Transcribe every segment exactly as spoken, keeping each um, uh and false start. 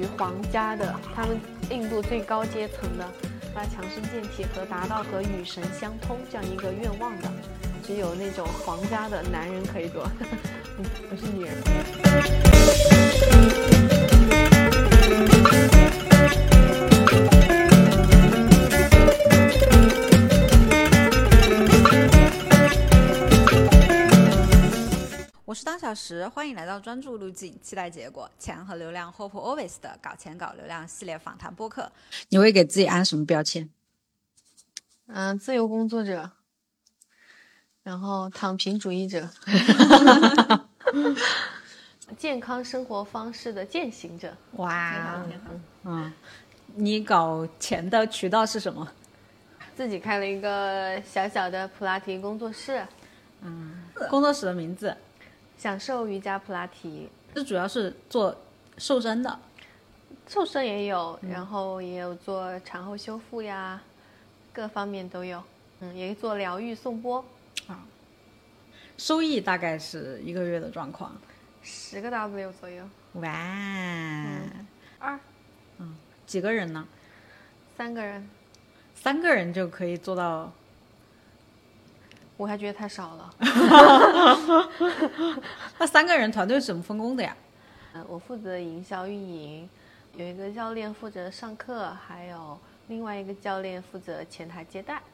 于皇家的，他们印度最高阶层的，他强身健体和达到和与神相通这样一个愿望的，只有那种皇家的男人可以做，不是女人。 我是当小时，欢迎来到专注路径，期待结果，钱和流量 Hope Always 的搞钱搞流量系列访谈播客。你会给自己安什么标签？ 嗯、呃，自由工作者，然后躺平主义者，健康生活方式的践行者。 哇，嗯，你搞钱的渠道是什么？ 自己开了一个小小的普拉提工作室。 嗯，工作室的名字？ 享受瑜伽普拉提。 这主要是做瘦身的， 瘦身也有，嗯、然后也有做产后修复呀，各方面都有。嗯，也做疗愈颂钵。 啊，收益大概是一个月的状况？ 十个 W 左右。 哇，嗯、 二， 嗯，几个人呢？ 三个人。 三个人就可以做到？ 我还觉得太少了。 那三个人团队是怎么分工的呀？ 呃，我负责营销运营，有一个教练负责上课，还有另外一个教练负责前台接待。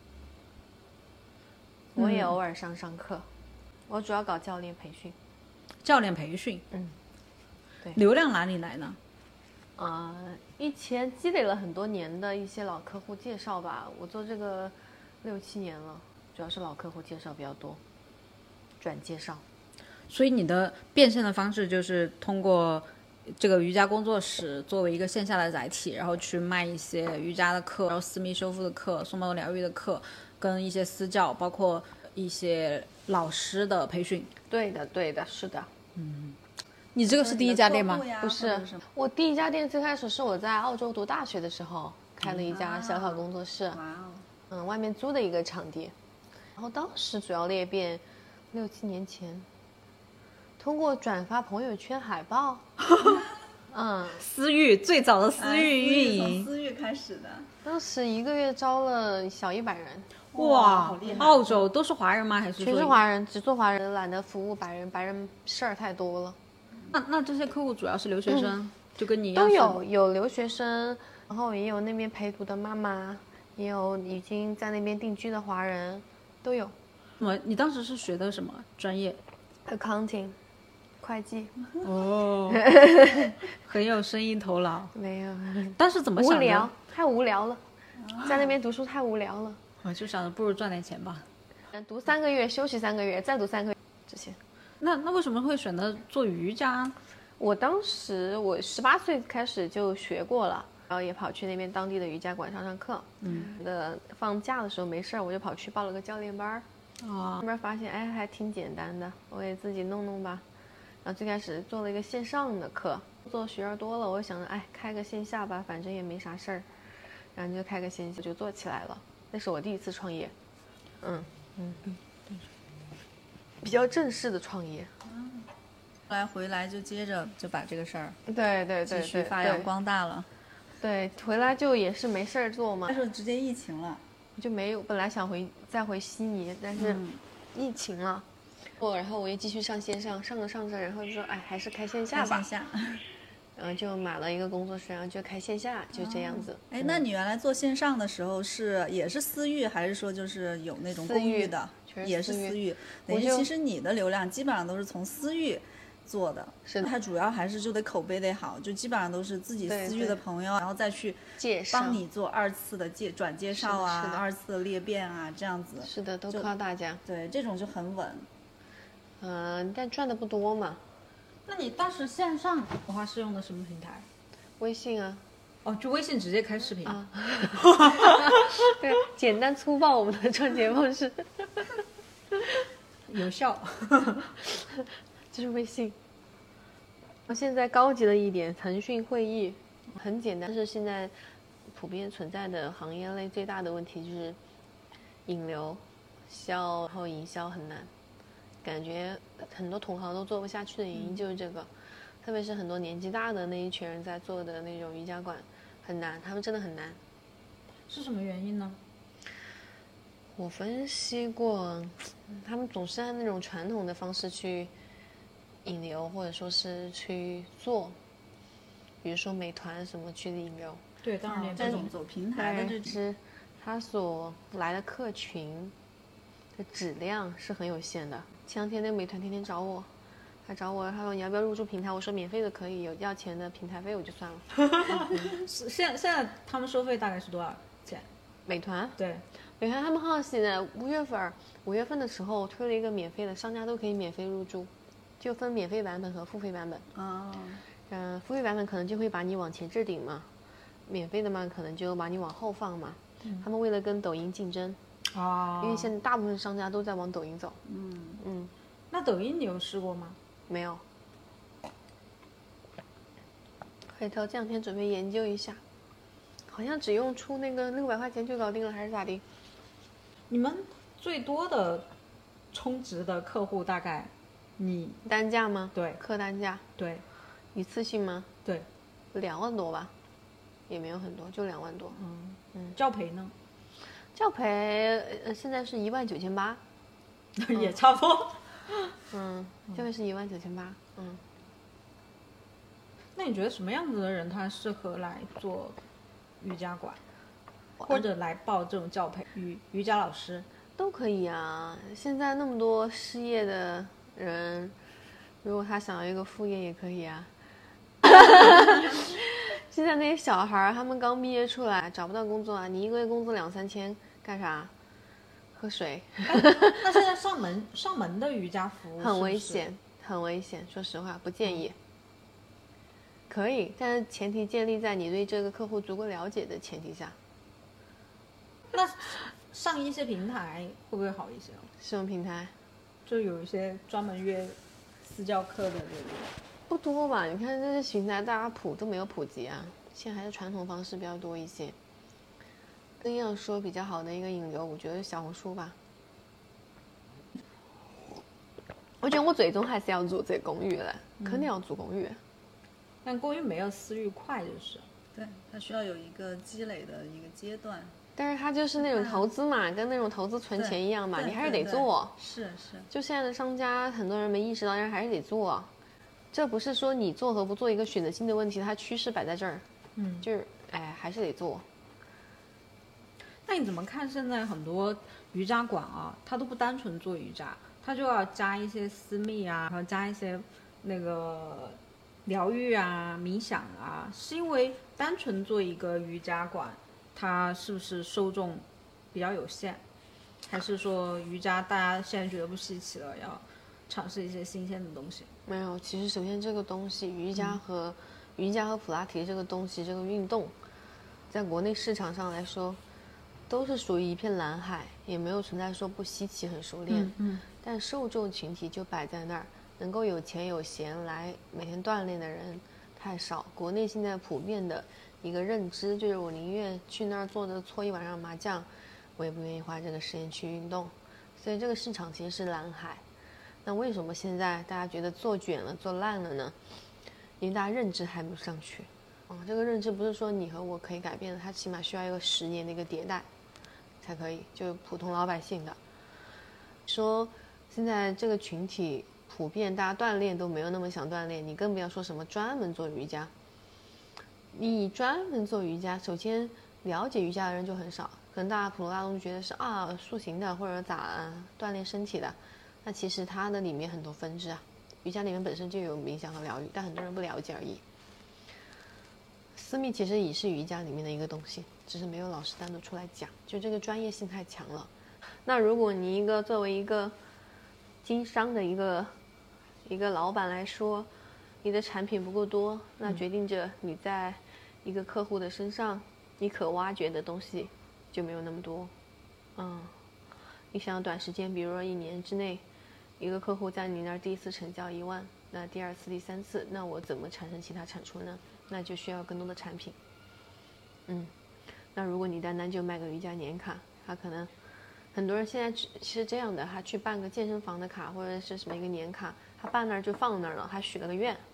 我也偶尔上上课，嗯、我主要搞教练培训。 教练培训， 嗯，对。 流量哪里来呢？ 呃，以前积累了很多年的一些老客户介绍吧，我做这个六七年了。主要是老客户介绍比较多，转介绍。 所以你的变现的方式就是通过这个瑜伽工作室作为一个线下的载体，然后去卖一些瑜伽的课，然后私密修复的课、松毛疗愈的课，跟一些私教，包括一些老师的培训。 对的，对的，是的。 嗯，你这个是第一家店吗？ 不是，我第一家店最开始是我在澳洲读大学的时候开了一家小小工作室。哇哦。嗯，外面租的一个场地。然后当时主要裂变，六七年前，通过转发朋友圈海报，嗯， 私域最早的私域运营， 从私域开始的。 当时一个月招了小一百人。 哇，澳洲都是华人吗？还是全是华人，只做华人，懒得服务白人，白人事儿太多了。 那那这些客户主要是留学生，嗯、就跟你一样都有，有留学生，然后也有那边陪读的妈妈，也有已经在那边定居的华人。都有。 我你当时是学的什么专业 ？Accounting， 会计。 哦，很有生意头脑。 没有。 但是怎么想的？ 无聊，太无聊了，在那边读书太无聊了。 我就想着不如赚点钱吧。 读三个月，休息三个月，再读三个月，这些。 那那为什么会选择做瑜伽？ 我当时我十八岁开始就学过了。然后也跑去那边当地的瑜伽馆上上课，嗯，的放假的时候没事我就跑去报了个教练班，啊，那边发现哎还挺简单的，我也自己弄弄吧。然后最开始做了一个线上的课，做学员多了，我想着哎开个线下吧，反正也没啥事儿，然后就开个线下就做起来了。那是我第一次创业，嗯嗯嗯，比较正式的创业。 后来回来就接着就把这个事儿， 对对对， 继续发扬光大了。 对，回来就也是没事儿做嘛。 那时候直接疫情了， 就没有。本来想回再回悉尼，但是疫情了。我、嗯、然后我又继续上线上，上着上着，然后就说，哎，还是开线下吧。 开线下。 然后就买了一个工作室，然后就开线下，就这样子。哦、 哎，那你原来做线上的时候是也是私域，还是说就是有那种公域的？也是私域。等于其实你的流量基本上都是从私域做的， 是的， 它主要还是就得口碑得好，就基本上都是自己私域的朋友，然后再去帮你做二次的介转介绍啊，二次的裂变啊，这样子。 是的，都靠大家。 对，这种就很稳。 嗯、呃，但赚的不多嘛。 那你当时线上的话是用的什么平台？ 微信啊。 哦，就微信直接开视频啊。对，简单粗暴我们的赚钱方式。 有效。 就是微信。现在高级了一点，腾讯会议很简单，但是现在普遍存在的行业类最大的问题就是引流、销然后营销很难，感觉很多同行都做不下去的原因就是这个。 特别是很多年纪大的那一群人在做的那种瑜伽馆，很难，他们真的很难。 是什么原因呢？ 我分析过，他们总是按那种传统的方式去引流，或者说是去做，比如说美团什么去引流。 对，当然这种走平台的这种，他所来的客群的质量是很有限的。前两天那个美团天天找我，他找我，他说你要不要入驻平台？我说免费的可以，有要钱的平台费我就算了。 嗯、现现在他们收费大概是多少钱？ 美团？ 对。 美团他们好喜的，五月份五月份的时候推了一个免费的，商家都可以免费入驻，就分免费版本和付费版本。 哦， 嗯、呃，付费版本可能就会把你往前置顶嘛，免费的嘛可能就把你往后放嘛。嗯、他们为了跟抖音竞争， 哦， 因为现在大部分商家都在往抖音走。 嗯嗯， 那抖音你有试过吗？ 没有，回头这两天准备研究一下，好像只用出那个六百块钱就搞定了，还是咋的？ 你们最多的充值的客户大概你单价吗？ 对， 客单价。 对， 一次性吗？ 对， 两万多吧，也没有很多，就两万多。 嗯嗯，教培呢？ 教培呃现在是一万九千八， 也差不多。 嗯，教培是一万九千八。嗯， 那你觉得什么样子的人他适合来做瑜伽馆？或者来报这种教培瑜瑜伽老师都可以啊。现在那么多失业的人，如果他想要一个副业也可以啊。现在那些小孩他们刚毕业出来找不到工作啊，你一个月工资两三千干啥？喝水。 那现在上门上门的瑜伽服务很危险，很危险，说实话不建议。嗯、可以，但是前提建立在你对这个客户足够了解的前提下。 那上一些平台会不会好一些？ 什么平台？ 就有一些专门约私教课的这种。 不多吧？你看这些平台，大家普都没有普及啊，现在还是传统方式比较多一些。真要说比较好的一个引流，我觉得小红书吧。我觉得我最终还是要做这公寓的，嗯、肯定要做公寓。 但公寓没有私域快，就是。 对，它需要有一个积累的一个阶段。 但是它就是那种投资嘛，跟那种投资存钱一样嘛，你还是得做。 是是。 就现在的商家，很多人没意识到，但是还是得做。这不是说你做和不做一个选择性的问题，它趋势摆在这儿。嗯，就是哎，还是得做。 那你怎么看现在很多瑜伽馆啊，它都不单纯做瑜伽，它就要加一些私密啊，然后加一些那个疗愈啊、冥想啊，是因为单纯做一个瑜伽馆，它是不是受众比较有限，还是说瑜伽大家现在觉得不稀奇了，要尝试一些新鲜的东西？ 没有，其实首先这个东西，瑜伽和、嗯、瑜伽和普拉提这个东西，这个运动，在国内市场上来说，都是属于一片蓝海，也没有存在说不稀奇、很熟练。 嗯嗯。 但受众群体就摆在那儿，能够有钱有闲来每天锻炼的人太少。国内现在普遍的一个认知就是，我宁愿去那儿坐着搓一晚上麻将，我也不愿意花这个时间去运动。所以这个市场其实是蓝海。那为什么现在大家觉得做卷了、做烂了呢？因为大家认知还不上去。啊，这个认知不是说你和我可以改变的，它起码需要一个十年的一个迭代才可以。就普通老百姓的，说现在这个群体普遍大家锻炼都没有那么想锻炼，你更不要说什么专门做瑜伽。你专门做瑜伽，首先了解瑜伽的人就很少，可能大家普罗大众觉得是啊塑形的或者咋锻炼身体的，那其实它的里面很多分支啊，瑜伽里面本身就有冥想和疗愈，但很多人不了解而已。私密其实也是瑜伽里面的一个东西，只是没有老师单独出来讲，就这个专业性太强了。那如果你一个作为一个经商的一个一个老板来说，你的产品不够多，那决定着你在一个客户的身上，你可挖掘的东西就没有那么多。嗯，你想短时间，比如说一年之内，一个客户在你那儿第一次成交一万，那第二次、第三次，那我怎么产生其他产出呢？那就需要更多的产品。嗯，那如果你单单就卖个瑜伽年卡，他可能很多人现在是这样的，他去办个健身房的卡或者是什么一个年卡，他办那儿就放那儿了，他许了个愿，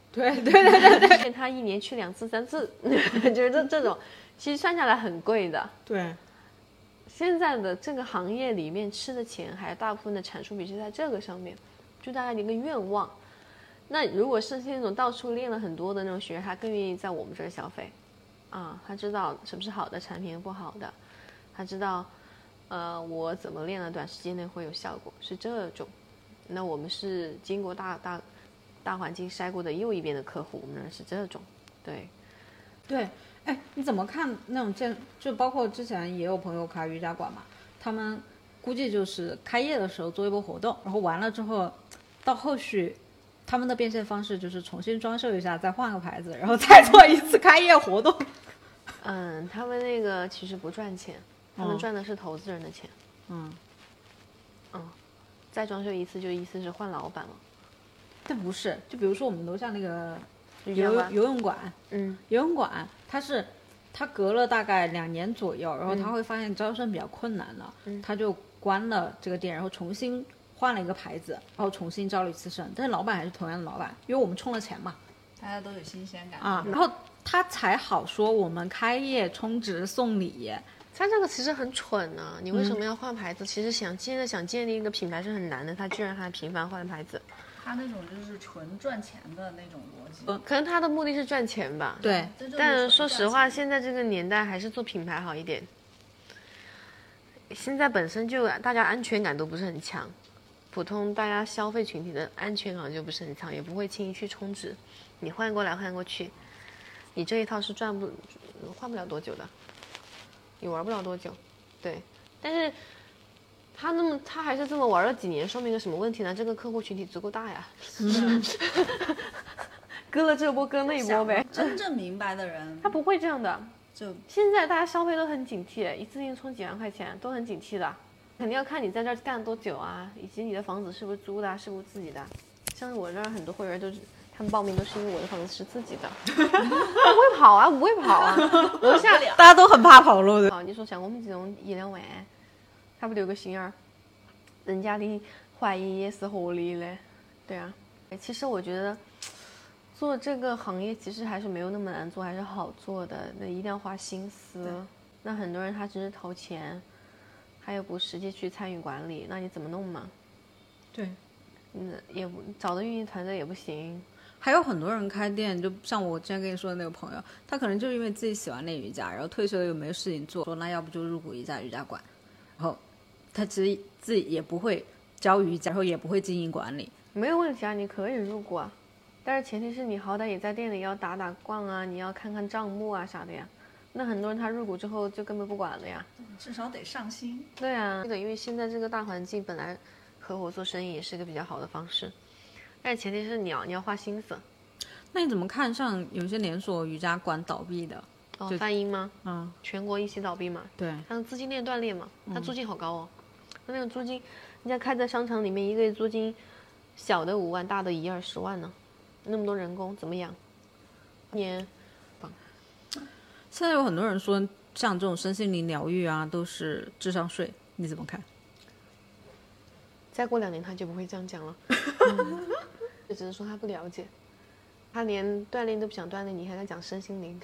对对对对对， 他一年去两次三次，就是这这种，其实算下来很贵的。 对， 现在的这个行业里面吃的钱，还大部分的产出比是在这个上面，就大家的一个愿望。那如果是那种到处练了很多的那种学员，他更愿意在我们这儿消费，啊，他知道什么是好的产品，不好的，他知道，呃，我怎么练了短时间内会有效果，是这种。那我们是经过大大大环境筛过的又一遍的客户，我们是这种，对， 对，哎，你怎么看那种健？就包括之前也有朋友开瑜伽馆嘛，他们估计就是开业的时候做一波活动，然后完了之后，到后续。他们的变现方式就是重新装修一下，再换个牌子，然后再做一次开业活动。 嗯，他们那个其实不赚钱，他们赚的是投资人的钱。 嗯， 嗯，再装修一次就意思是换老板了。 但不是，就比如说我们楼下那个游游泳馆， 嗯， 游泳馆它是它隔了大概两年左右，然后他会发现招生比较困难了， 嗯， 他就关了这个店，然后重新。换了一个牌子，然后重新招了一次生，但是老板还是同样的老板，因为我们充了钱嘛， 大家都有新鲜感啊。然后他才好说我们开业充值送礼。 他这个其实很蠢呢、啊，你为什么要换牌子？嗯、其实想现在想建立一个品牌是很难的，他居然还频繁换牌子。 他那种就是纯赚钱的那种逻辑， 呃、可能他的目的是赚钱吧。 对， 但说实话，现在这个年代还是做品牌好一点。现在本身就大家安全感都不是很强。普通大家消费群体的安全感就不是很强，也不会轻易去充值。你换过来换过去，你这一套是赚不换不了多久的，你玩不了多久。对，但是他那么他还是这么玩了几年，说明个什么问题呢？这个客户群体足够大呀。嗯、割了这波割那一波呗。 真正明白的人， 他不会这样的。 就现在大家消费都很警惕，一次性充几万块钱都很警惕的。肯定要看你在这儿干了多久啊，以及你的房子是不是租的、啊，是不是自己的。像我这儿很多会员都是，他们报名都是因为我的房子是自己的，不会跑啊，不会跑啊，楼下大家都很怕跑路的。 好，你说像我们这种一两万，他不留个心眼儿，人家的怀疑也是合理的，对啊。其实我觉得做这个行业其实还是没有那么难做，还是好做的，那一定要花心思。那很多人他只是投钱。他又不实际去参与管理，那你怎么弄嘛？ 对， 嗯，也不找的运营团队也不行。 还有很多人开店，就像我之前跟你说的那个朋友，他可能就是因为自己喜欢练瑜伽，然后退休了又没有事情做，说那要不就入股一家瑜伽馆，然后他其实自己也不会教瑜伽，然后也不会经营管理。 没有问题啊，你可以入股啊，但是前提是你好歹也在店里要打打逛啊，你要看看账目啊啥的呀。那很多人他入股之后就根本不管了呀， 至少得上心。 对啊，这个因为现在这个大环境本来合伙做生意也是一个比较好的方式，但是前提是你要你要花心思。 那你怎么看像有些连锁瑜伽馆倒闭的？ 哦，梵音吗？ 嗯， 全国一起倒闭嘛。 对， 像资金链断裂嘛，它租金好高哦，那、嗯、那个租金，人家开在商场里面，一个月租金小的五万，大的一二十万呢，那么多人工怎么养？年。 现在有很多人说像这种身心灵疗愈啊都是智商税，你怎么看？ 再过两年他就不会这样讲了，嗯、就只是说他不了解，他连锻炼都不想锻炼，你还在讲身心灵，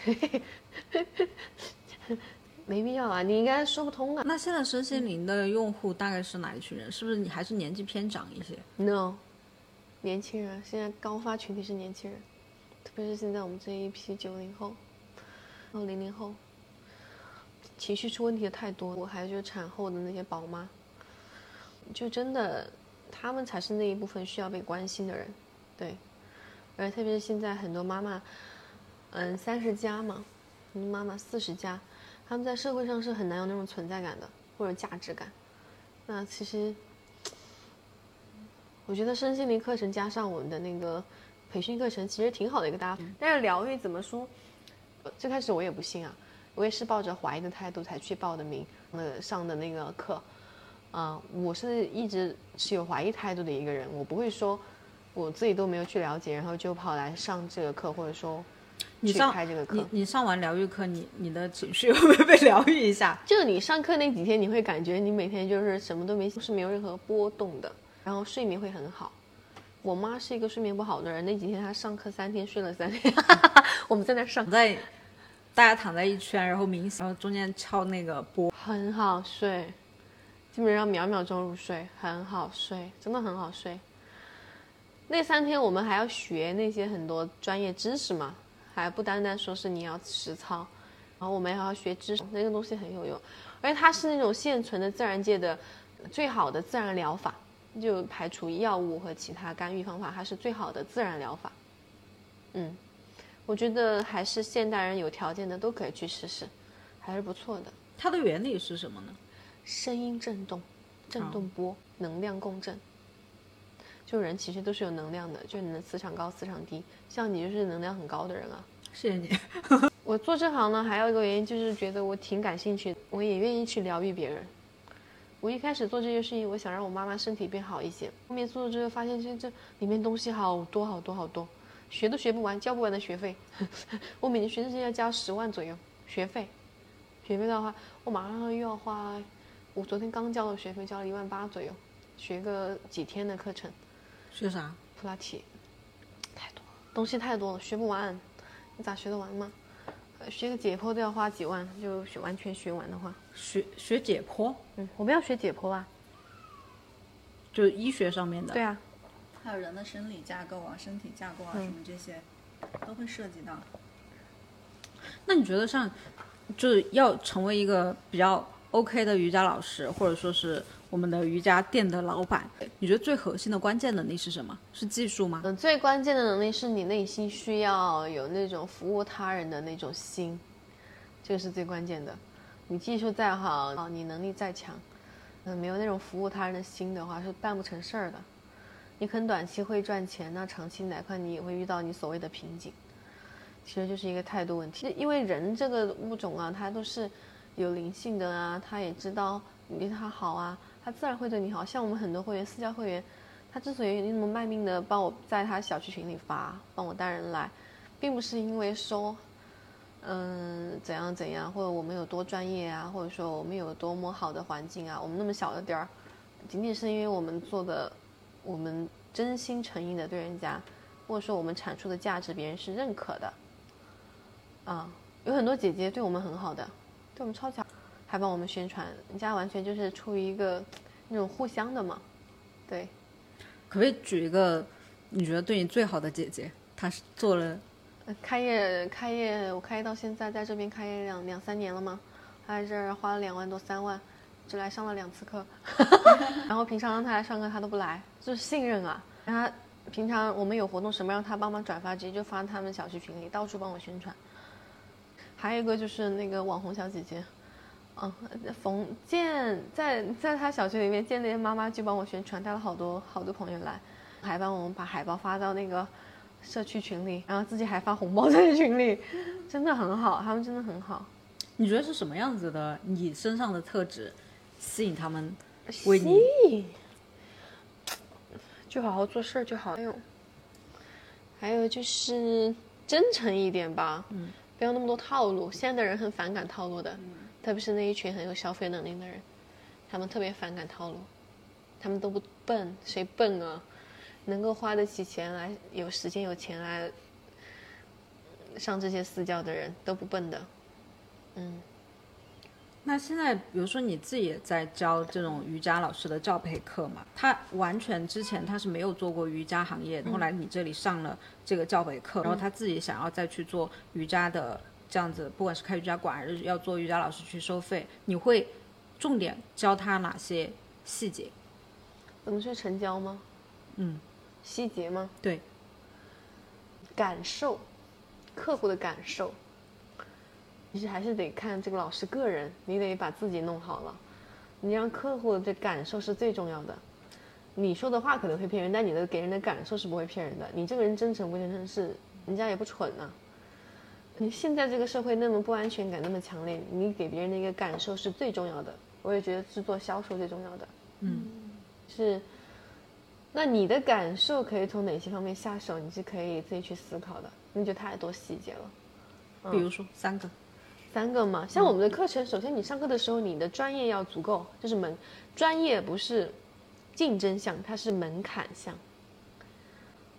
没必要啊，你应该说不通啊。 那现在身心灵的用户大概是哪一群人？是不是你还是年纪偏长一些 ？No， 年轻人，现在高发群体是年轻人，特别是现在我们这一批九零后。零零后情绪出问题的太多，我还有就是产后的那些宝妈，就真的他们才是那一部分需要被关心的人，对，而特别是现在很多妈妈，嗯，三十加嘛，很多妈妈四十加，他们在社会上是很难有那种存在感的或者价值感。那其实我觉得身心灵课程加上我们的那个培训课程其实挺好的一个搭配，但是疗愈怎么说？最开始我也不信啊，我也是抱着怀疑的态度才去报的名，呃，上的那个课，啊、呃，我是一直持有怀疑态度的一个人，我不会说我自己都没有去了解，然后就跑来上这个课，或者说你上开这个课。 你你上完疗愈课，你你的情绪会不会被疗愈一下？ 就你上课那几天，你会感觉你每天就是什么都没，是没有任何波动的，然后睡眠会很好。 我妈是一个睡眠不好的人，那几天她上课三天睡了三天，我们在那上， 在大家躺在一圈，然后冥想，然后中间敲那个波， 很好睡，基本上秒秒钟入睡，很好睡，真的很好睡。那三天我们还要学那些很多专业知识嘛，还不单单说是你要实操，然后我们还要学知识，那个东西很有用，而且它是那种现存的自然界的最好的自然疗法，就排除药物和其他干预方法，它是最好的自然疗法。嗯，我觉得还是现代人有条件的都可以去试试，还是不错的。 它的原理是什么呢？ 声音震动，震动波，哦、能量共振。就人其实都是有能量的，就你的磁场高磁场低，像你就是能量很高的人啊。 谢谢你。 我做这行呢，还有一个原因就是觉得我挺感兴趣，我也愿意去疗愈别人。我一开始做这些事情，我想让我妈妈身体变好一些，后面做了之后发现这这里面东西好多好多好多，学都学不完，交不完的学费。我每年学这些要交十万左右学费，学费的话，我马上又要花，我昨天刚交了学费，交了一万八左右，学个几天的课程。 学啥？ 普拉提，太多东西太多了，学不完，你咋学得完嘛？学个解剖都要花几万，就学完全学完的话， 学学解剖， 嗯，我们要学解剖啊， 就医学上面的。 对啊， 还有人的生理架构啊、身体架构啊、嗯、什么这些，都会涉及到。 那你觉得像，就是要成为一个比较 OK 的瑜伽老师，或者说是我们的瑜伽店的老板，你觉得最核心的关键能力是什么？是技术吗？ 嗯，最关键的能力是你内心需要有那种服务他人的那种心，这个是最关键的。你技术再好，你能力再强，嗯，没有那种服务他人的心的话，是办不成事儿的。你可能短期会赚钱，那长期来看你也会遇到你所谓的瓶颈。其实就是一个态度问题，因为人这个物种啊，它都是有灵性的啊，他也知道你对他好啊，他自然会对你好。像我们很多会员，私教会员，他之所以那么卖命的帮我在他小区群里发，帮我带人来，并不是因为说，嗯，怎样怎样，或者我们有多专业啊，或者说我们有多么好的环境啊，我们那么小的点儿，仅仅是因为我们做的，我们真心诚意的对人家，或者说我们阐述的价值，别人是认可的。啊，有很多姐姐对我们很好的，对我们超强，还帮我们宣传，人家完全就是出于一个那种互相的嘛，对。 可不可以举一个你觉得对你最好的姐姐？她是做了， 开业开业，我开业到现在，在这边开业两两三年了吗？她在这儿花了两万多三万，只来上了两次课，然后平常让她来上课她都不来，就是信任啊。她平常我们有活动什么让她帮忙转发，直接就发他们小区群里，到处帮我宣传。还有一个就是那个网红小姐姐，嗯，冯建在在她小区里面建立妈妈就帮我宣传，带了好多好多朋友来，还帮我们把海报发到那个社区群里，然后自己还发红包在群里，真的很好，他们真的很好。 你觉得是什么样子的你身上的特质吸引他们为你？ 就好好做事就好。还有，还有就是真诚一点吧，嗯。不要那么多套路，现在的人很反感套路的，嗯、特别是那一群很有消费能力的人，他们特别反感套路，他们都不笨，谁笨啊？能够花得起钱来，有时间有钱来上这些私教的人都不笨的，嗯。 那现在，比如说你自己也在教这种瑜伽老师的教培课嘛？他完全之前他是没有做过瑜伽行业，后来你这里上了这个教培课，然后他自己想要再去做瑜伽的这样子，不管是开瑜伽馆还是要做瑜伽老师去收费，你会重点教他哪些细节？ 怎么去成交吗？ 嗯， 细节吗？ 对， 感受，客户的感受。其实还是得看这个老师个人，你得把自己弄好了，你让客户的感受是最重要的。你说的话可能会骗人，但你的给人的感受是不会骗人的。你这个人真诚不真诚是，人家也不蠢啊。你现在这个社会那么不安全感那么强烈，你给别人的一个感受是最重要的。我也觉得是做销售最重要的。 嗯， 是。那你的感受可以从哪些方面下手？你是可以自己去思考的。那就太多细节了。 嗯、比如说三个。 三个嘛，像我们的课程，首先你上课的时候，你的专业要足够，就是门专业不是竞争项，它是门槛项。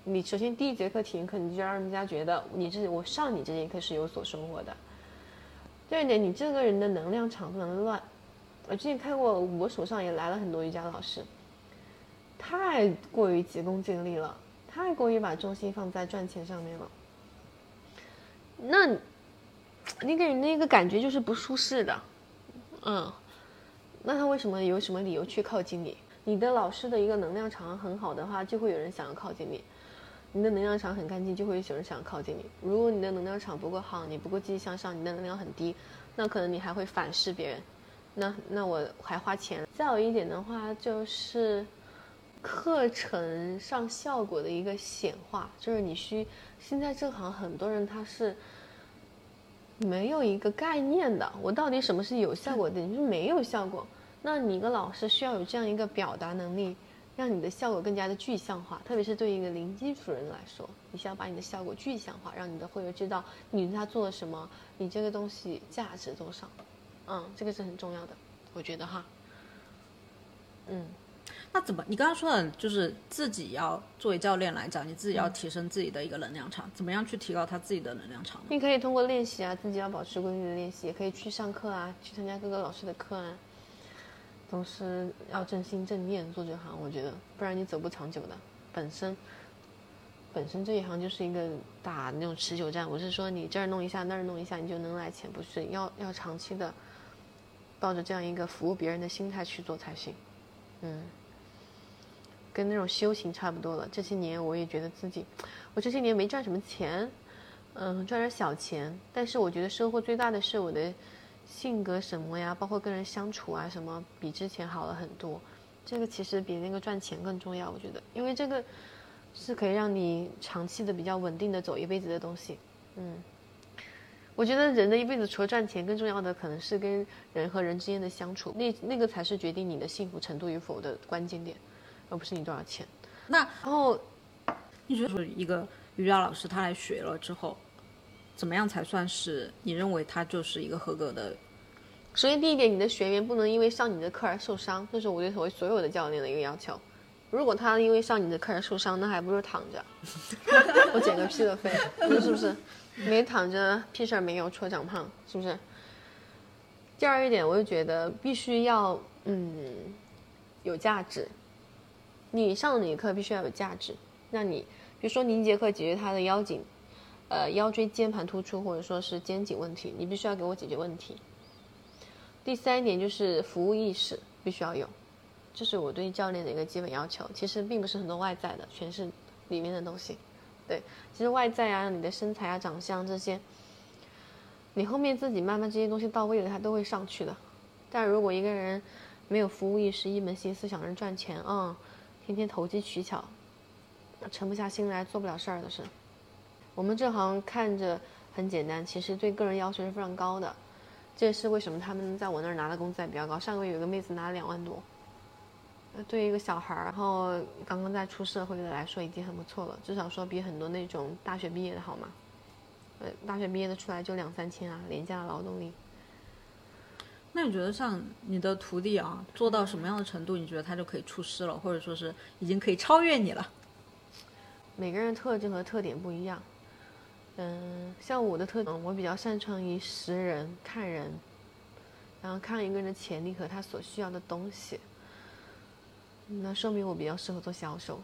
你首先第一节课体验课，你就让人家觉得你这我上你这节课是有所收获的。第二点，你这个人的能量场不能乱。我之前看过，我手上也来了很多瑜伽老师，太过于急功近利了，太过于把重心放在赚钱上面了。那你给人的一个感觉就是不舒适的，嗯，那他为什么有什么理由去靠近你？你的老师的一个能量场很好的话，就会有人想要靠近你；你的能量场很干净，就会有人想要靠近你。如果你的能量场不够好，你不够积极向上，你的能量很低，那可能你还会反噬别人。那那我还花钱。再有一点的话，就是课程上效果的一个显化，就是你需现在这行很多人他是没有一个概念的，我到底什么是有效果的，你是没有效果。那你一个老师需要有这样一个表达能力，让你的效果更加的具象化，特别是对于一个零基础人来说，你需要把你的效果具象化，让你的会员知道你对他做了什么，你这个东西价值多少。嗯，这个是很重要的，我觉得哈。嗯， 那怎么？你刚刚说的就是自己要作为教练来讲，你自己要提升自己的一个能量场，嗯、怎么样去提高他自己的能量场呢？ 你可以通过练习啊，自己要保持规律的练习，也可以去上课啊，去参加各个老师的课啊。总是要正心正念做这行，我觉得，不然你走不长久的。本身，本身这一行就是一个打那种持久战。我是说，你这儿弄一下，那儿弄一下，你就能来钱，不是要要长期的，抱着这样一个服务别人的心态去做才行。嗯，跟那种修行差不多了。这些年我也觉得自己，我这些年没赚什么钱，嗯，赚点小钱，但是我觉得收获最大的是我的性格什么呀，包括跟人相处啊什么，比之前好了很多。这个其实比那个赚钱更重要，我觉得，因为这个是可以让你长期的比较稳定的走一辈子的东西。嗯，我觉得人的一辈子除了赚钱，更重要的可能是跟人和人之间的相处，那那个才是决定你的幸福程度与否的关键点，而不是你多少钱。 那然后你觉得一个瑜伽老师他来学了之后，怎么样才算是你认为他就是一个合格的？ 首先第一点，你的学员不能因为上你的课而受伤，这是我对所谓所有的教练的一个要求。如果他因为上你的课而受伤，那还不如躺着，我捡个屁的飞，是不是？没躺着屁事儿没有，戳长胖，是不是？第二一点，我就觉得必须要嗯有价值。你上你的课必须要有价值，让你比如说你一节课解决他的腰颈。呃，腰椎间盘突出或者说是肩颈问题，你必须要给我解决问题。第三点就是服务意识必须要有，这是我对教练的一个基本要求。其实并不是很多外在的，全是里面的东西。对，其实外在啊，你的身材啊、长相这些，你后面自己慢慢这些东西到位了，它都会上去的。但如果一个人没有服务意识，一门心思想着赚钱啊、嗯，天天投机取巧，沉不下心来，做不了事儿的是。我们这行看着很简单，其实对个人要求是非常高的，这也是为什么他们在我那儿拿的工资还比较高。上个月有个妹子拿了两万多，对于一个小孩，然后刚刚在出社会的来说已经很不错了，至少说比很多那种大学毕业的好嘛。呃，大学毕业的出来就两三千啊，廉价的劳动力。 那你觉得像你的徒弟啊，做到什么样的程度，你觉得他就可以出师了，或者说是已经可以超越你了？ 每个人的特质和特点不一样。嗯，像我的特点，我比较擅长于识人、看人，然后看一个人的潜力和他所需要的东西。那说明我比较适合做销售。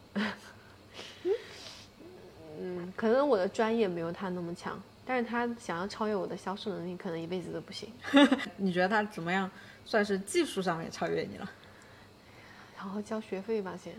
嗯，可能我的专业没有他那么强，但是他想要超越我的销售能力，可能一辈子都不行。 你觉得他怎么样算是技术上面超越你了？ 好好交学费吧，先。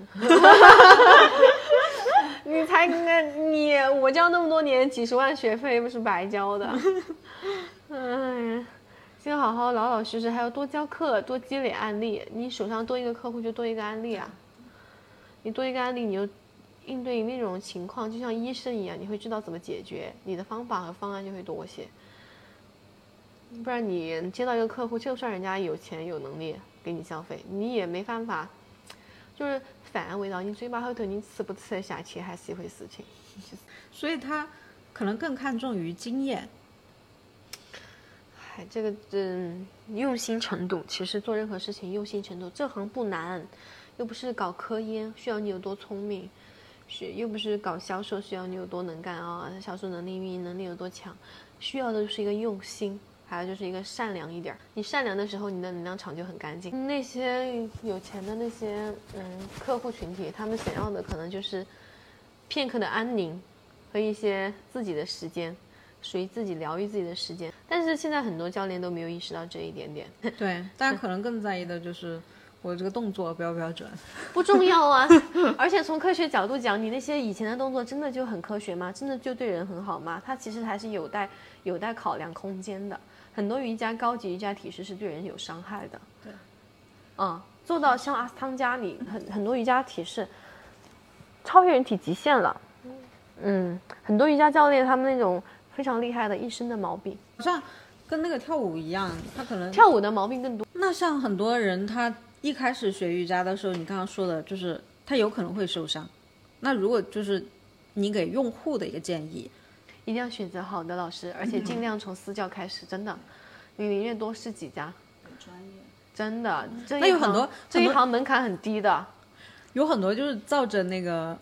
你才你我交那么多年几十万学费，不是白交的。哎呀，先好好老老实实，还要多教课，多积累案例。你手上多一个客户就多一个案例啊。你多一个案例，你就应对那种情况，就像医生一样，你会知道怎么解决，你的方法和方案就会多些。不然你接到一个客户，就算人家有钱有能力给你消费，你也没办法，就是反而围绕你嘴巴后头，你吃不吃得下去还是一回事情。 所以他可能更看重于经验。 哎，这个嗯，用心程度，其实做任何事情用心程度，这行不难，又不是搞科研，需要你有多聪明， 学又不是搞销售，需要你有多能干啊，销售能力、运营能力有多强，需要的就是一个用心，还有就是一个善良一点。你善良的时候，你的能量场就很干净。那些有钱的那些嗯客户群体，他们想要的可能就是片刻的安宁和一些自己的时间，属于自己疗愈自己的时间。但是现在很多教练都没有意识到这一点点。 对，大家可能更在意的就是我这个动作标不标准， 不重要啊。而且从科学角度讲，你那些以前的动作真的就很科学吗？真的就对人很好吗？它其实还是有待有待考量空间的。很多瑜伽高级瑜伽体式是对人有伤害的。 对， 嗯，做到像阿斯汤加里很很多瑜伽体式超越人体极限了。嗯，很多瑜伽教练他们那种非常厉害的一身的毛病， 好像跟那个跳舞一样，他可能跳舞的毛病更多。 那像很多人他一开始学瑜伽的时候，你刚刚说的就是他有可能会受伤。那如果就是你给用户的一个建议， 一定要选择好的老师，而且尽量从私教开始，真的，你宁愿多试几家。 很专业。真的，这一那有很多这一行门槛很低的， 有很多就是照着那个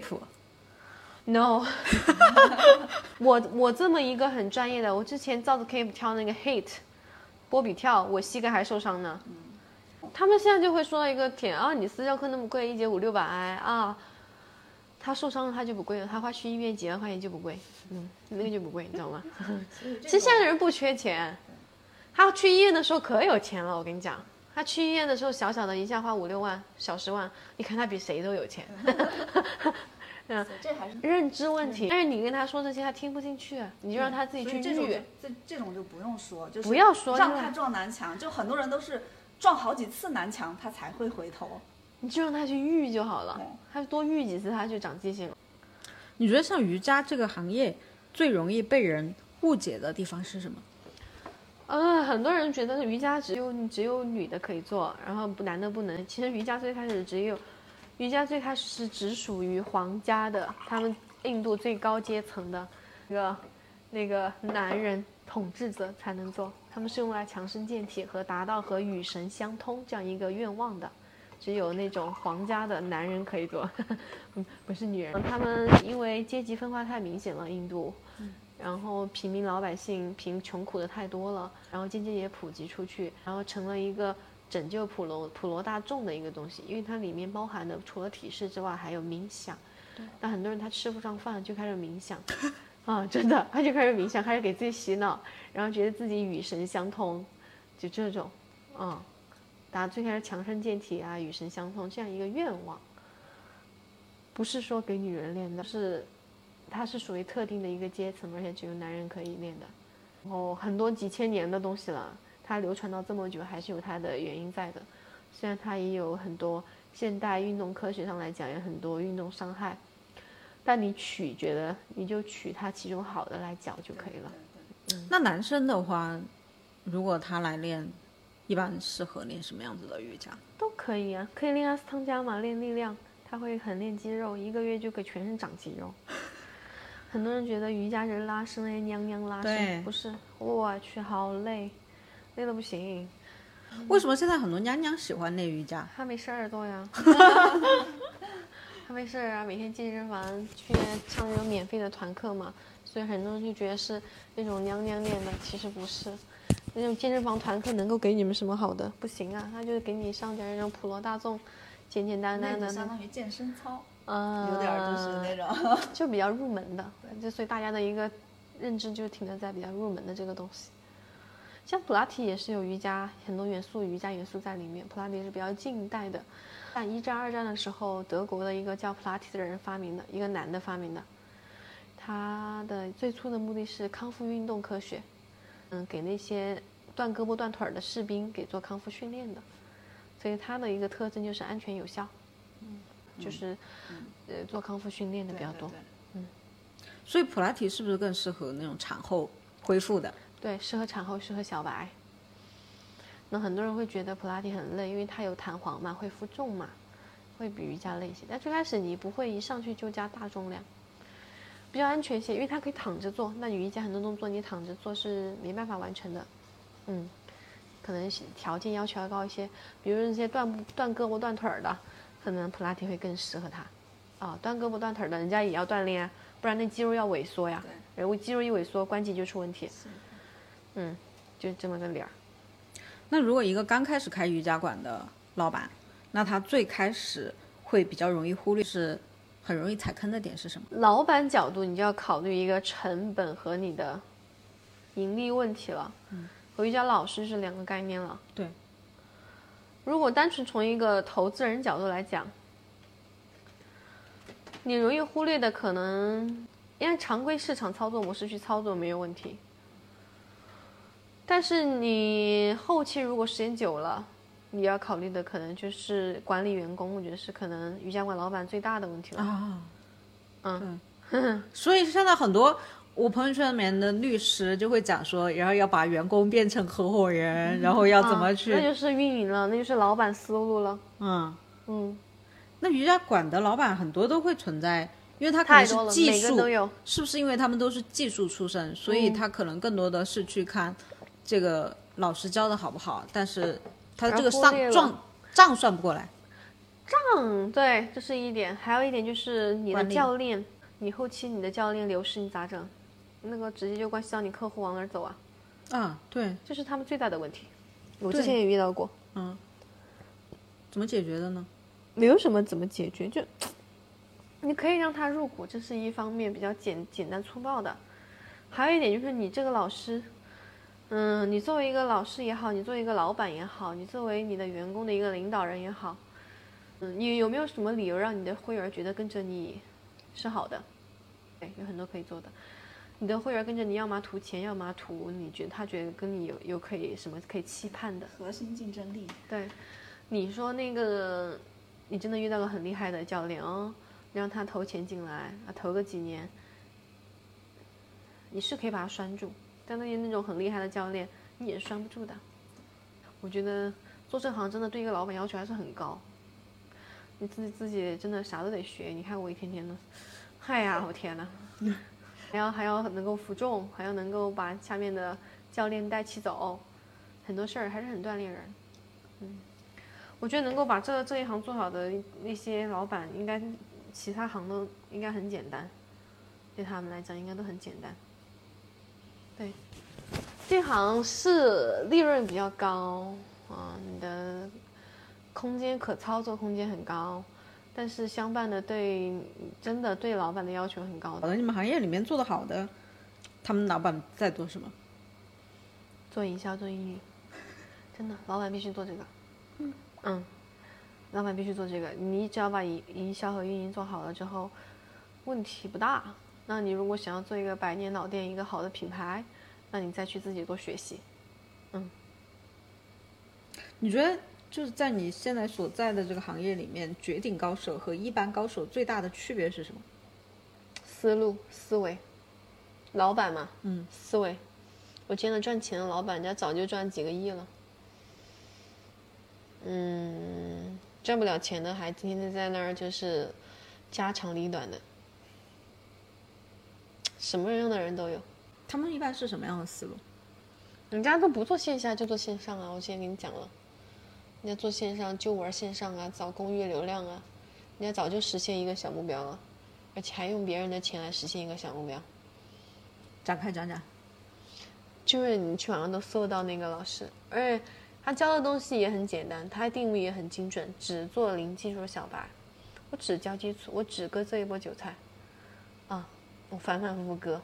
Keep。No， 我我这么一个很专业的，我之前照着 Keep 跳那个 Hit 波比跳，我膝盖还受伤呢。嗯、他们现在就会说一个点啊，你私教课那么贵，一节五六百啊，他受伤了他就不贵了，他花去医院几万块钱就不贵，嗯，那个就不贵，你知道吗？其实现在的人不缺钱，他去医院的时候可有钱了，我跟你讲。他去医院的时候，小小的一下花五六万，小十万，你看他比谁都有钱。嗯， 这还是认知问题。但是你跟他说这些，他听不进去，你就让他自己去这种遇。 这这种就不用说，就是不要说让他撞南墙，就很多人都是撞好几次南墙，他才会回头。 你就让他去遇就好了，他多遇几次，他就长记性了。 你觉得像瑜伽这个行业最容易被人误解的地方是什么？ 呃，很多人觉得瑜伽只有只有女的可以做，然后不男的不能。其实瑜伽最开始只有。瑜伽最开始是只属于皇家的，他们印度最高阶层的那个那个男人统治者才能做，他们是用来强身健体和达到和与神相通这样一个愿望的，只有那种皇家的男人可以做，呵呵不是女人。他们因为阶级分化太明显了，印度，然后平民老百姓贫穷苦的太多了，然后渐渐也普及出去，然后成了一个。拯救普罗普罗大众的一个东西，因为它里面包含的除了体式之外，还有冥想。那很多人他吃不上饭就开始冥想，啊，真的，他就开始冥想，开始给自己洗脑，然后觉得自己与神相通，就这种，嗯，大家最开始强身健体啊，与神相通这样一个愿望，不是说给女人练的，是它是属于特定的一个阶层，而且只有男人可以练的，然后很多几千年的东西了。它流传到这么久，还是有它的原因在的。虽然它也有很多现代运动科学上来讲有很多运动伤害，但你取觉得你就取它其中好的来讲就可以了。 嗯、那男生的话，如果他来练，一般适合练什么样子的瑜伽？ 都可以啊，可以练阿斯汤加嘛，练力量，它会很练肌肉，一个月就可以全身长肌肉。很多人觉得瑜伽是拉伸，哎，娘娘拉伸，不是，我去，好累。累得不行， 为什么现在很多娘娘喜欢练瑜伽？ 她没事儿做呀，她没事儿啊，每天健身房去上那种免费的团课嘛，所以很多人就觉得是那种娘娘练的，其实不是。那种健身房团课能够给你们什么好的？不行啊，他就是给你上点那种普罗大众，简简单单的， 相当于健身操， 呃， 有点就是那种， 就比较入门的，就所以大家的一个认知就停留在比较入门的这个东西。像普拉提也是有瑜伽很多元素，瑜伽元素在里面。普拉提是比较近代的，但一战、二战的时候，德国的一个叫普拉提的人发明的，一个男的发明的。他的最初的目的是康复运动科学，嗯，给那些断胳膊断腿的士兵给做康复训练的。所以他的一个特征就是安全有效，嗯，就是、嗯、呃做康复训练的比较多，嗯。 所以普拉提是不是更适合那种产后恢复的？ 对，适合产后，适合小白。那很多人会觉得普拉提很累，因为它有弹簧嘛，会负重嘛，会比瑜伽累一些。但最开始你不会一上去就加大重量，比较安全些，因为它可以躺着做。那瑜伽很多动作你躺着做是没办法完成的，嗯，可能条件要求要高一些。比如那些断断胳膊断腿的，可能普拉提会更适合他。 啊，断胳膊断腿的，人家也要锻炼啊，不然那肌肉要萎缩呀。然后肌肉一萎缩，关节就出问题。嗯，就这么个理儿。 那如果一个刚开始开瑜伽馆的老板，那他最开始会比较容易忽略，是很容易踩坑的点是什么？ 老板角度，你就要考虑一个成本和你的盈利问题了。嗯，和瑜伽老师是两个概念了。 对。 如果单纯从一个投资人角度来讲，你容易忽略的可能，因为常规市场操作模式去操作没有问题，但是你后期如果时间久了，你要考虑的可能就是管理员工，我觉得是可能瑜伽馆老板最大的问题了啊。 嗯， 所以现在很多我朋友圈里面的律师就会讲说，然后要把员工变成合伙人，嗯、然后要怎么去、 啊，那就是运营了，那就是老板思路了。 嗯嗯。 那瑜伽馆的老板很多都会存在，因为他可能是技术，是不是因为他们都是技术出身，所以他可能更多的是去看这个老师教的好不好，但是他这个账账账算不过来。 账对，这是一点，还有一点就是你的教练，你后期你的教练流失你咋整？那个直接就关系到你客户往哪儿走啊。 啊，对， 这是他们最大的问题。我之前也遇到过。 嗯，怎么解决的呢？ 没有什么怎么解决，就你可以让他入股，这是一方面比较简简单粗暴的。还有一点就是你这个老师，嗯，你作为一个老师也好，你作为一个老板也好，你作为你的员工的一个领导人也好，嗯，你有没有什么理由让你的会员觉得跟着你是好的？对，有很多可以做的。你的会员跟着你要么图钱，要么图你觉得他觉得跟你有有可以什么可以期盼的核心竞争力。 对，你说那个。你真的遇到个很厉害的教练哦，你让他投钱进来啊，投个几年，你是可以把他拴住，但那些那种很厉害的教练，你也拴不住的。我觉得做这行真的对一个老板要求还是很高，你自己自己真的啥都得学。你看我一天天的，嗨呀，我天哪，还要还要能够负重，还要能够把下面的教练带起走，很多事儿还是很锻炼人。嗯。我觉得能够把这这一行做好的那些老板，应该其他行都应该很简单，对他们来讲应该都很简单。对，这行是利润比较高啊，你的空间可操作空间很高，但是相伴的对真的对老板的要求很高的。 好的，你们行业里面做得好的，他们老板在做什么？ 做营销，做运营，真的，老板必须做这个。嗯。嗯，老板必须做这个。你只要把营营销和运营做好了之后，问题不大。那你如果想要做一个百年老店，一个好的品牌，那你再去自己多学习。嗯， 你觉得就是在你现在所在的这个行业里面，绝顶高手和一般高手最大的区别是什么？ 思路、思维。老板嘛， 嗯， 思维。我见了赚钱的老板，人家早就赚几个亿了。嗯，赚不了钱的还天天在那儿就是家长里短的，什么样的人都有。 他们一般是什么样的思路？ 人家都不做线下就做线上啊，我之前跟你讲了，人家做线上就玩线上啊，找公域流量啊，人家早就实现一个小目标了，而且还用别人的钱来实现一个小目标。 展开讲讲。 就是你去网上都搜到那个老师，而且他教的东西也很简单，他定位也很精准，只做零基础小白。我只教基础，我只割这一波韭菜，啊，我反反复复割。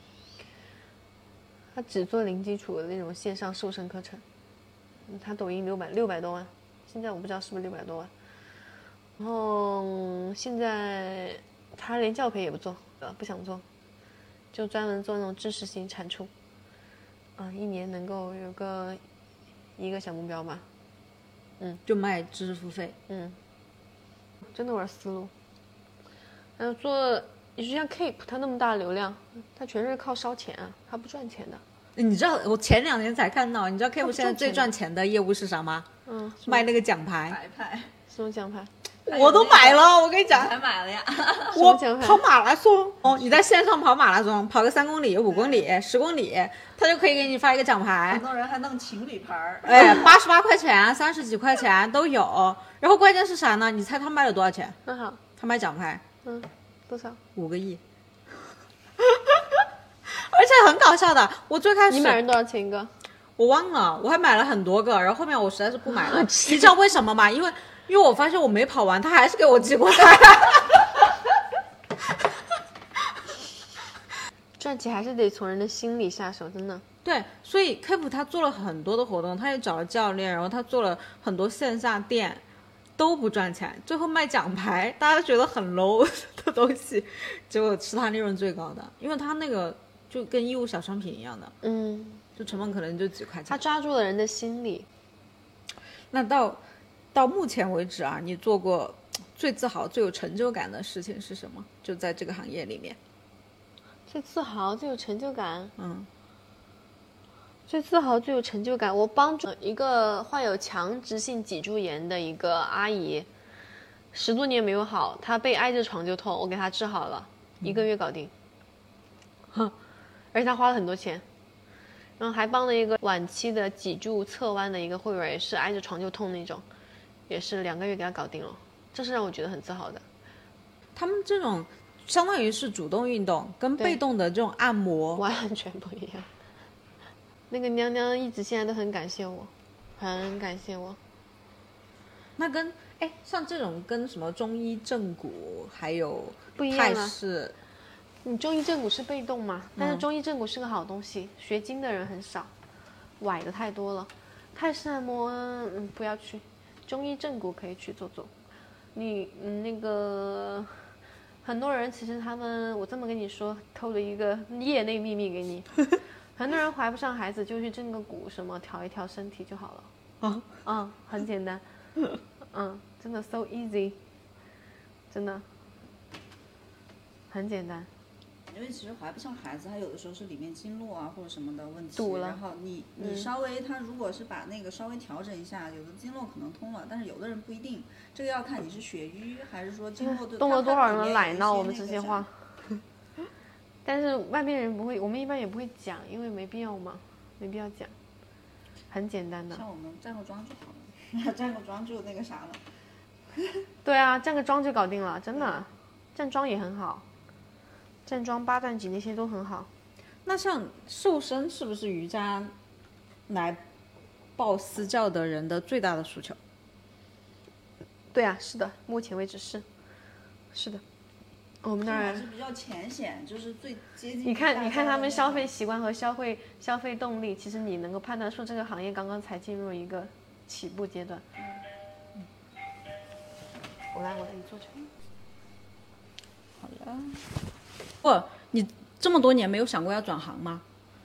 他只做零基础的那种线上瘦身课程，他抖音六百六百多万，现在我不知道是不是六百多万。然后现在他连教培也不做，呃，不想做，就专门做那种知识型产出。啊，一年能够有个一个小目标吧，嗯， 就卖知识付费， 嗯，真的玩思路。还有做，你就像 Keep， 它那么大的流量，它全是靠烧钱啊，它不赚钱的。 你知道我前两年才看到，你知道 Keep 现在最赚钱的业务是啥吗？ 嗯， 卖那个奖牌。 牌牌， 什么奖牌？ 我都买了，我跟你讲， 还买了呀！ 我跑马拉松哦，你在线上跑马拉松，跑个三公里、五公里、十公里，他就可以给你发一个奖牌。 很多人还弄情侣牌儿， 哎，八十八块钱、三十几块钱都有。然后关键是啥呢？你猜他卖了多少钱？ 很好， 他卖奖牌嗯，多少？ 五个亿。而且很搞笑的，我最开始你买了多少钱一个？ 我忘了，我还买了很多个，然后后面我实在是不买了。你知道为什么吗？因为因为我发现我没跑完，他还是给我寄过来。 赚钱还是得从人的心里下手，真的。 对，所以 Keep 他做了很多的活动，他也找了教练，然后他做了很多线下店，都不赚钱，最后卖奖牌，大家觉得很 low 的东西，结果是他利润最高的，因为他那个就跟义乌小商品一样的， 嗯， 就成本可能就几块钱。 他抓住了人的心理。 那到到目前为止啊，你做过最自豪、最有成就感的事情是什么？就在这个行业里面。 最自豪、最有成就感。 嗯， 最自豪、最有成就感，我帮助一个患有强直性脊柱炎的一个阿姨，十多年没有好，她被挨着床就痛，我给她治好了，一个月搞定。哼，而且她花了很多钱。然后还帮了一个晚期的脊柱侧弯的一个会员，也是挨着床就痛那种，也是两个月给她搞定了，这是让我觉得很自豪的。 他们这种相当于是主动运动，跟被动的这种按摩完全不一样。那个娘娘一直现在都很感谢我，很感谢我。 那跟哎，像这种跟什么中医正骨还有不一样泰啊式， 你中医正骨是被动嘛？但是中医正骨是个好东西，学精的人很少，崴的太多了。泰式按摩，嗯，不要去。中医正骨可以去做做。你，嗯，那个很多人其实他们，我这么跟你说，透了一个业内秘密给你。很多人怀不上孩子，就去正个骨，什么调一调身体就好了。 哦， 嗯，很简单。嗯，真的 so easy， 真的很简单。 因为其实怀不上孩子，它有的时候是里面经络啊或者什么的问题， 堵了。 然后你你稍微，它如果是把那个稍微调整一下，有的经络可能通了，但是有的人不一定。这个要看你是血瘀还是说经络对。 动了多少人奶闹我们这些话。但是外面人不会，我们一般也不会讲，因为没必要嘛，没必要讲，很简单的。 像我们站个桩就好了，站个桩就那个啥了。 对啊，站个桩就搞定了，真的，站桩也很好，站桩、八段锦那些都很好。 那像瘦身是不是瑜伽来报私教的人的最大的诉求？ 对啊，是的，目前为止是，是的。我们那儿是比较浅显，就是最接近。 你看，你看他们消费习惯和消费消费动力，其实你能够判断出这个行业刚刚才进入一个起步阶段。嗯，我来，我来，你坐这。 好了。不，你这么多年没有想过要转行吗？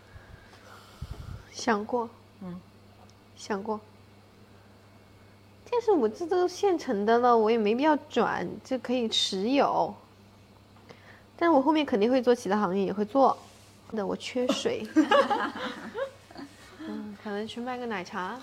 想过， 嗯， 想过。但是我这都现成的了，我也没必要转，就可以持有。但是我后面肯定会做其他行业，也会做的。我缺水，嗯，可能去卖个奶茶。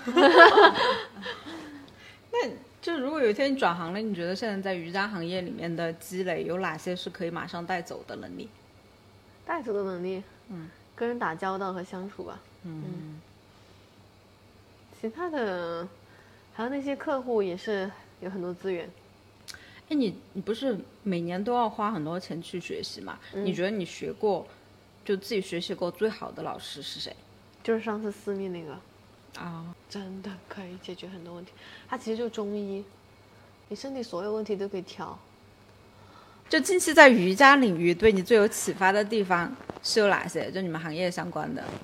那就如果有一天你转行了，你觉得现在在瑜伽行业里面的积累有哪些是可以马上带走的能力？ 带走的能力， 嗯， 跟人打交道和相处吧。 嗯， 嗯其他的还有那些客户也是有很多资源。 哎，你你不是每年都要花很多钱去学习吗？ 嗯、 你觉得你学过，就自己学习过最好的老师是谁？ 就是上次私密那个， 啊、哦， 真的可以解决很多问题。他其实就中医，你身体所有问题都可以调。 就近期在瑜伽领域对你最有启发的地方是有哪些？就你们行业相关的。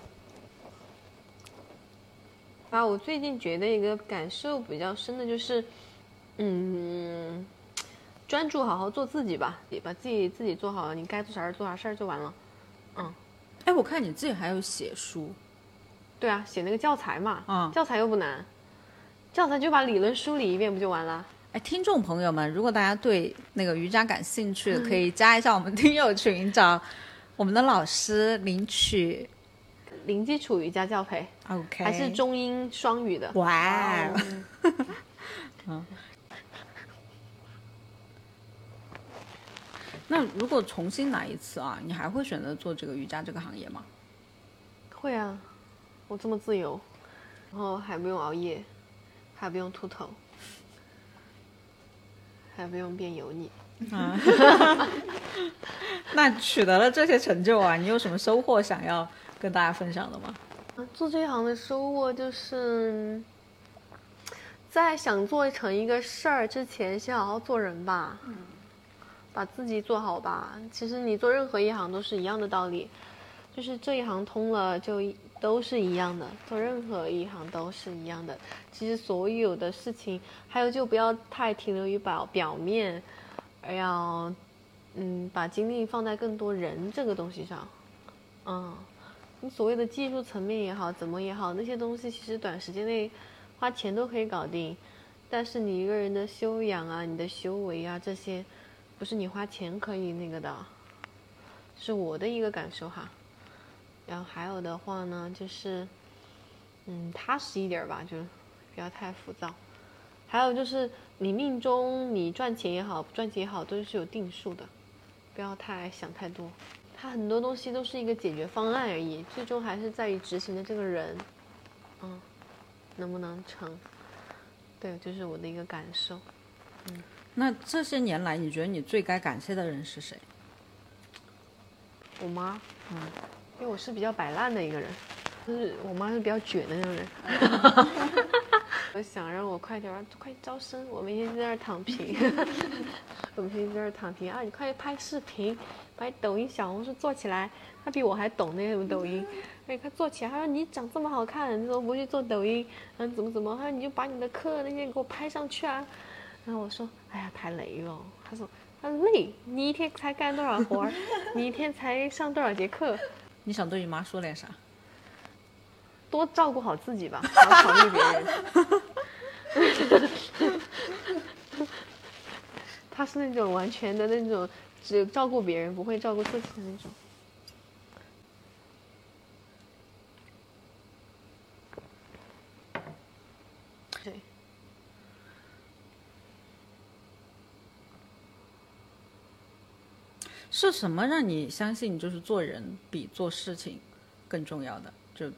啊，我最近觉得一个感受比较深的就是，嗯。专注好好做自己吧，也把自己自己做好了，你该做啥事做啥事儿就完了。嗯， 哎，我看你自己还有写书。 对啊，写那个教材嘛， 嗯， 教材又不难，教材就把理论梳理一遍不就完了？ 哎，听众朋友们，如果大家对那个瑜伽感兴趣的，可以加一下我们听友群，找我们的老师领取零基础瑜伽教培 ，OK， 还是中英双语的。 哇，嗯。那如果重新来一次啊，你还会选择做这个瑜伽这个行业吗？ 会啊，我这么自由，然后还不用熬夜，还不用秃头，还不用变油腻。 啊，那取得了这些成就啊，你有什么收获想要跟大家分享的吗？ 做这一行的收获就是，在想做成一个事儿之前，先好好做人吧，嗯，把自己做好吧。其实你做任何一行都是一样的道理，就是这一行通了就都是一样的，做任何一行都是一样的。其实所有的事情，还有就不要太停留于表表面。而要，嗯，把精力放在更多人这个东西上，嗯，你所谓的技术层面也好，怎么也好，那些东西其实短时间内花钱都可以搞定，但是你一个人的修养啊，你的修为啊，这些不是你花钱可以那个的，是我的一个感受哈。然后还有的话呢，就是，嗯，踏实一点吧，就不要太浮躁。还有就是你命中你赚钱也好不赚钱也好都是有定数的，不要太想太多，它很多东西都是一个解决方案而已，最终还是在于执行的这个人，嗯，能不能成。对，这是我的一个感受。嗯， 那这些年来你觉得你最该感谢的人是谁？ 我妈。嗯，因为我是比较摆烂的一个人，就是我妈是比较卷的那种人。我想让我快点快招生，我每天在那儿躺平。我每天在那儿躺平啊！你快拍视频，把抖音、小红书做起来。他比我还懂那种抖音，哎，快做起来！他说你长这么好看，你怎么不去做抖音？嗯，怎么怎么？他说你就把你的课那些给我拍上去啊！然后我说，哎呀，太累了。他说他累，你一天才干多少活？你一天才上多少节课？ 你想对你妈说点啥？ 多照顾好自己吧，不要考虑别人。他是那种完全的那种只有照顾别人不会照顾自己的那种。对。 是什么让你相信就是做人比做事情更重要的？就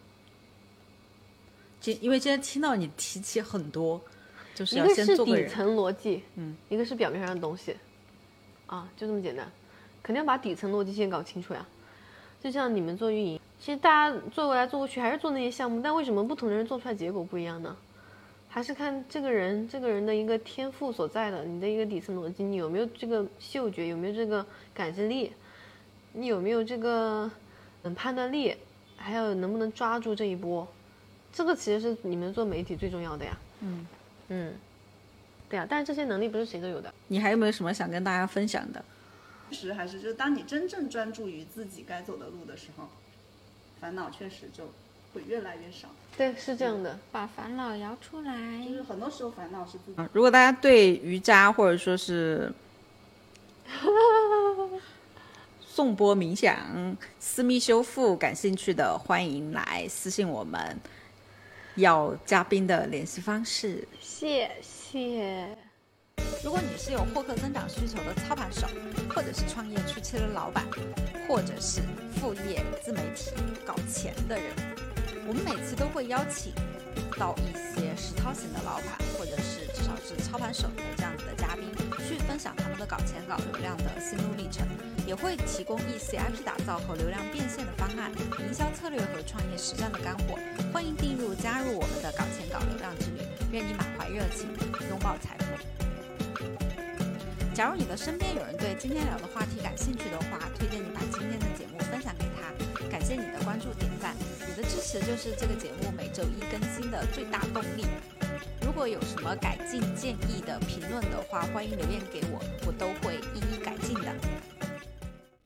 因为今天听到你提起很多，就是要先做个人。 一个是底层逻辑，嗯，一个是表面上的东西，啊，就这么简单，肯定要把底层逻辑先搞清楚呀。就像你们做运营，其实大家做过来做过去还是做那些项目，但为什么不同的人做出来结果不一样呢？还是看这个人这个人的一个天赋所在的，你的一个底层逻辑，你有没有这个嗅觉，有没有这个感知力，你有没有这个嗯判断力，还有能不能抓住这一波。这个其实是你们做媒体最重要的呀。嗯嗯，对呀，但是这些能力不是谁都有的。 你还有没有什么想跟大家分享的？ 确实还是就是当你真正专注于自己该走的路的时候，烦恼确实就会越来越少。 对，是这样的， 把烦恼摇出来。 就是很多时候烦恼是自己。 如果大家对瑜伽或者说是颂钵冥想、私密修复感兴趣的，欢迎来私信我们。要嘉宾的联系方式， 谢谢。 如果你是有获客增长需求的操盘手，或者是创业初期的老板，或者是副业自媒体搞钱的人，我们每次都会邀请到一些实操型的老板，或者是至少是操盘手的这样子的嘉宾，去分享他们的搞钱搞流量的心路历程，也会提供 E C I P 打造和流量变现的方案、营销策略和创业实战的干货。欢迎订入加入我们的搞钱搞流量之旅，愿你满怀热情，拥抱财富。假如你的身边有人对今天聊的话题感兴趣的话，推荐你把今天的节目分享给他。感谢你的关注点赞，你的支持就是这个节目每周一更新的最大动力。如果有什么改进建议的评论的话，欢迎留言给我，我都会一一改进的。